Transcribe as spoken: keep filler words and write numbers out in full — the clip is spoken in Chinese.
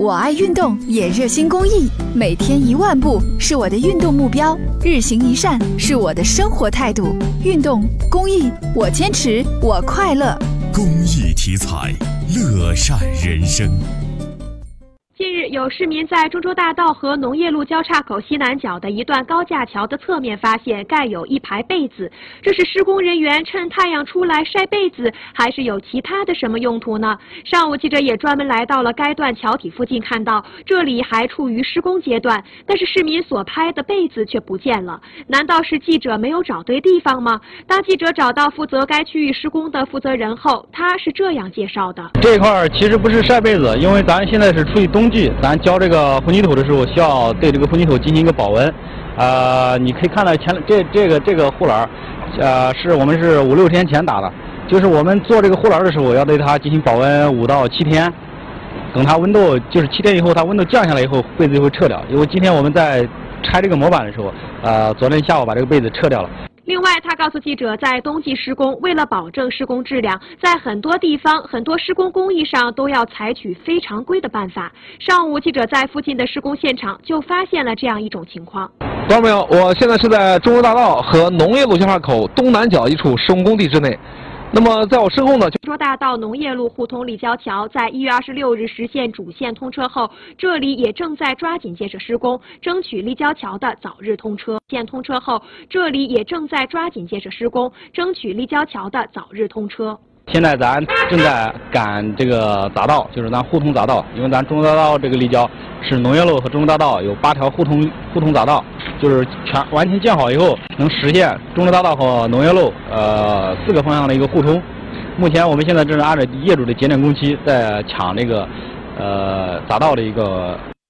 我爱运动，也热心公益，每天一万步是我的运动目标，日行一善是我的生活态度。运动公益，我坚持，我快乐。 公益题材，乐善人生。 近日，有市民在中州大道和农业路交叉口西南角的一段高架桥的侧面发现盖有一排被子，这是施工人员趁太阳出来晒被子，还是有其他的什么用途呢？上午记者也专门来到了该段桥体附近，看到这里还处于施工阶段，但是市民所拍的被子却不见了。难道是记者没有找对地方吗？当记者找到负责该区域施工的负责人后，他是这样介绍的： 这一块其实不是晒被子，因为咱现在是处于冬季。咱浇这个混凝土的时候，需要对这个混凝土进行一个保温。呃，你可以看到前这这个这个护栏，呃，是我们是五六天前打的，就是我们做这个护栏的时候，要对它进行保温五到七天。等它温度就是七天以后，它温度降下来以后，被子就会撤掉。因为今天我们在拆这个模板的时候，呃，昨天下午把这个被子撤掉了。 另外，他告诉记者，在冬季施工，为了保证施工质量，在很多地方、很多施工工艺上都要采取非常规的办法。上午，记者在附近的施工现场就发现了这样一种情况。 观众朋友，我现在是在中州大道和农业路交叉口东南角一处施工工地之内。那么，在我身后呢， 中州大道农业路互通立交桥在一月二十六日实现主线通车后，这里也正在抓紧建设施工，争取立交桥的早日通车。线通车后，这里也正在抓紧建设施工，争取立交桥的早日通车。 现在咱正在赶这个匝道，就是咱互通匝道，因为咱中州大道这个立交是农业路和中州大道有八条互通互通匝道，就是全完全建好以后，能实现中州大道和农业路呃四个方向的一个互通。目前我们现在正是按照业主的节点工期在抢这个呃匝道的一个